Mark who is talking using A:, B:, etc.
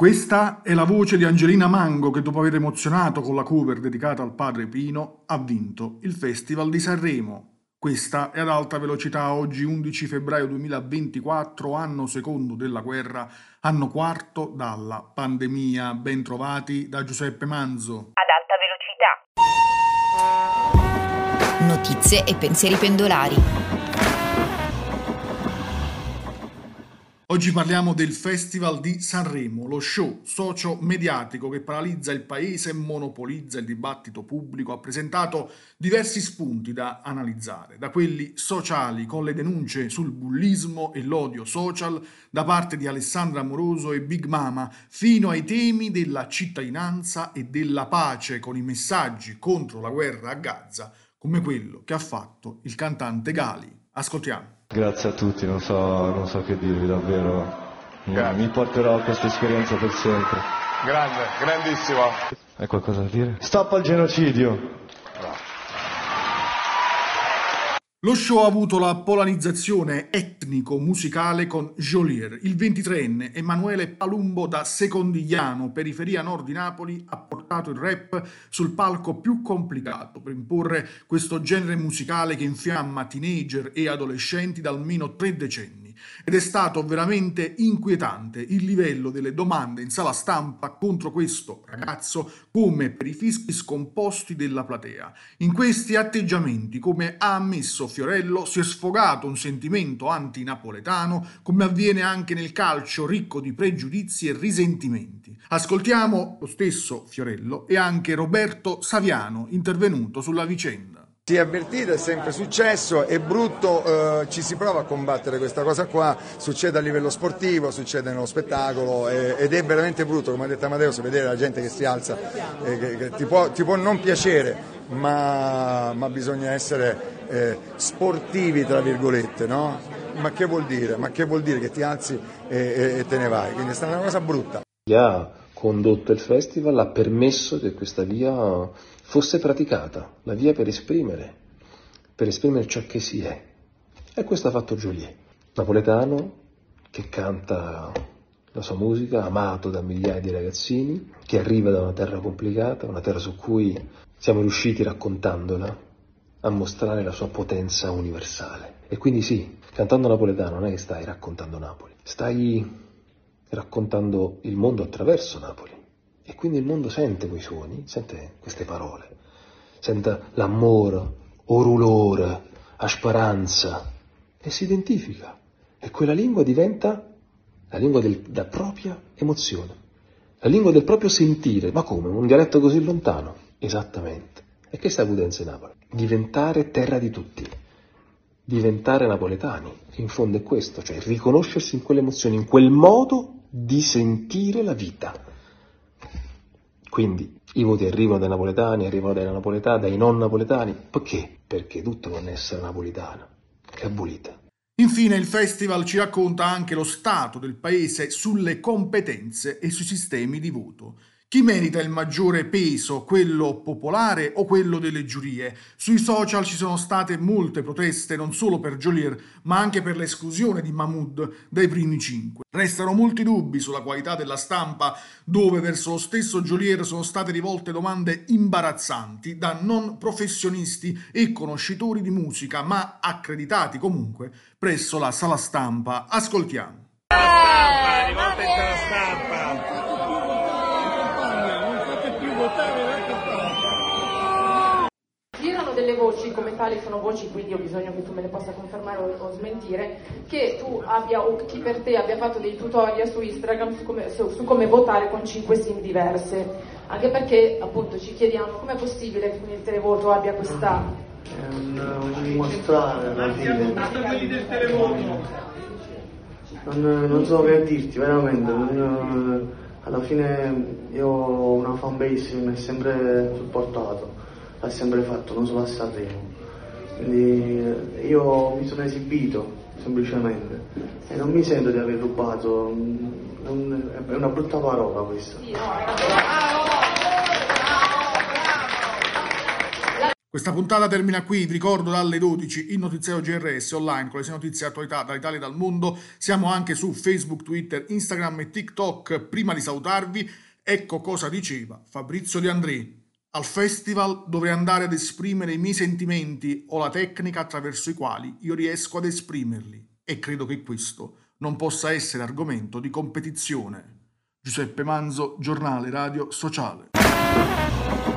A: Questa è la voce di Angelina Mango che dopo aver emozionato con la cover dedicata al padre Pino ha vinto il Festival di Sanremo. Questa è ad alta velocità oggi 11 febbraio 2024, anno secondo della guerra, anno quarto dalla pandemia. Ben trovati da Giuseppe Manzo.
B: Ad alta velocità.
C: Notizie e pensieri pendolari.
A: Oggi parliamo del Festival di Sanremo, lo show socio-mediatico che paralizza il paese e monopolizza il dibattito pubblico. Ha presentato diversi spunti da analizzare, da quelli sociali con le denunce sul bullismo e l'odio social da parte di Alessandra Amoroso e Big Mama, fino ai temi della cittadinanza e della pace con i messaggi contro la guerra a Gaza, come quello che ha fatto il cantante Gali. Ascoltiamo.
D: Grazie a tutti, non so che dirvi davvero, mi porterò a questa esperienza per sempre.
E: Grande, grandissimo.
D: Hai qualcosa da dire? Stop al genocidio!
A: Lo show ha avuto la polarizzazione etnico-musicale con Geolier. Il 23enne Emanuele Palumbo da Secondigliano, periferia nord di Napoli, ha portato il rap sul palco più complicato per imporre questo genere musicale che infiamma teenager e adolescenti da almeno 3 decenni. Ed è stato veramente inquietante il livello delle domande in sala stampa contro questo ragazzo, come per i fischi scomposti della platea. In questi atteggiamenti, come ha ammesso Fiorello, si è sfogato un sentimento antinapoletano, come avviene anche nel calcio ricco di pregiudizi e risentimenti. Ascoltiamo lo stesso Fiorello e anche Roberto Saviano, intervenuto sulla vicenda.
F: Si è avvertito, è sempre successo, è brutto, ci si prova a combattere questa cosa qua, succede a livello sportivo, succede nello spettacolo ed è veramente brutto, come ha detto Amadeus, vedere la gente che si alza, che ti può non piacere, ma bisogna essere sportivi, tra virgolette, no? Ma che vuol dire? Ma che vuol dire che ti alzi e te ne vai? Quindi è stata una cosa brutta.
D: Chi ha condotto il festival ha permesso che questa via fosse praticata, la via per esprimere ciò che si è. E questo ha fatto Geolier, napoletano che canta la sua musica, amato da migliaia di ragazzini, che arriva da una terra complicata, una terra su cui siamo riusciti, raccontandola, a mostrare la sua potenza universale. E quindi sì, cantando napoletano non è che stai raccontando Napoli, stai raccontando il mondo attraverso Napoli. E quindi il mondo sente quei suoni, sente queste parole, sente l'amore, orulore, la speranza e si identifica. E quella lingua diventa la lingua della propria emozione, la lingua del proprio sentire. Ma come? Un dialetto così lontano? Esattamente. E che sta Pudenza in Napoli? Diventare terra di tutti, diventare napoletani. In fondo è questo, cioè riconoscersi in quelle emozioni, in quel modo di sentire la vita. Quindi i voti arrivano dai napoletani, arrivano dai napoletani, dai non napoletani. Perché? Perché tutto non è essere napolitana, è abolita.
A: Infine il festival ci racconta anche lo stato del paese sulle competenze e sui sistemi di voto. Chi merita il maggiore peso, quello popolare o quello delle giurie? Sui social ci sono state molte proteste non solo per Geolier, ma anche per l'esclusione di Mahmood dai primi 5. Restano molti dubbi sulla qualità della stampa, dove verso lo stesso Geolier sono state rivolte domande imbarazzanti da non professionisti e conoscitori di musica, ma accreditati comunque presso la sala stampa. Ascoltiamo.
E: Rivolta alla stampa.
G: Girano delle voci, come tali sono voci, quindi ho bisogno che tu me le possa confermare o smentire, che tu abbia o chi per te abbia fatto dei tutorial su Instagram su come votare con 5 sim diverse, anche perché appunto ci chiediamo com'è possibile che con il televoto abbia questa
H: mostrare la vita. Non so che dirti, veramente. Alla fine io ho una fanbase che mi ha sempre supportato, l'ha sempre fatto, non solo a Sanremo. Quindi io mi sono esibito semplicemente e non mi sento di aver rubato, è una brutta parola questa.
A: Questa puntata termina qui, vi ricordo dalle 12 il notiziario GRS online con le 6 notizie e attualità dall'Italia e dal mondo. Siamo anche su Facebook, Twitter, Instagram e TikTok. Prima di salutarvi, ecco cosa diceva Fabrizio De André. Al festival dovrei andare ad esprimere i miei sentimenti o la tecnica attraverso i quali io riesco ad esprimerli. E credo che questo non possa essere argomento di competizione. Giuseppe Manzo, Giornale Radio Sociale.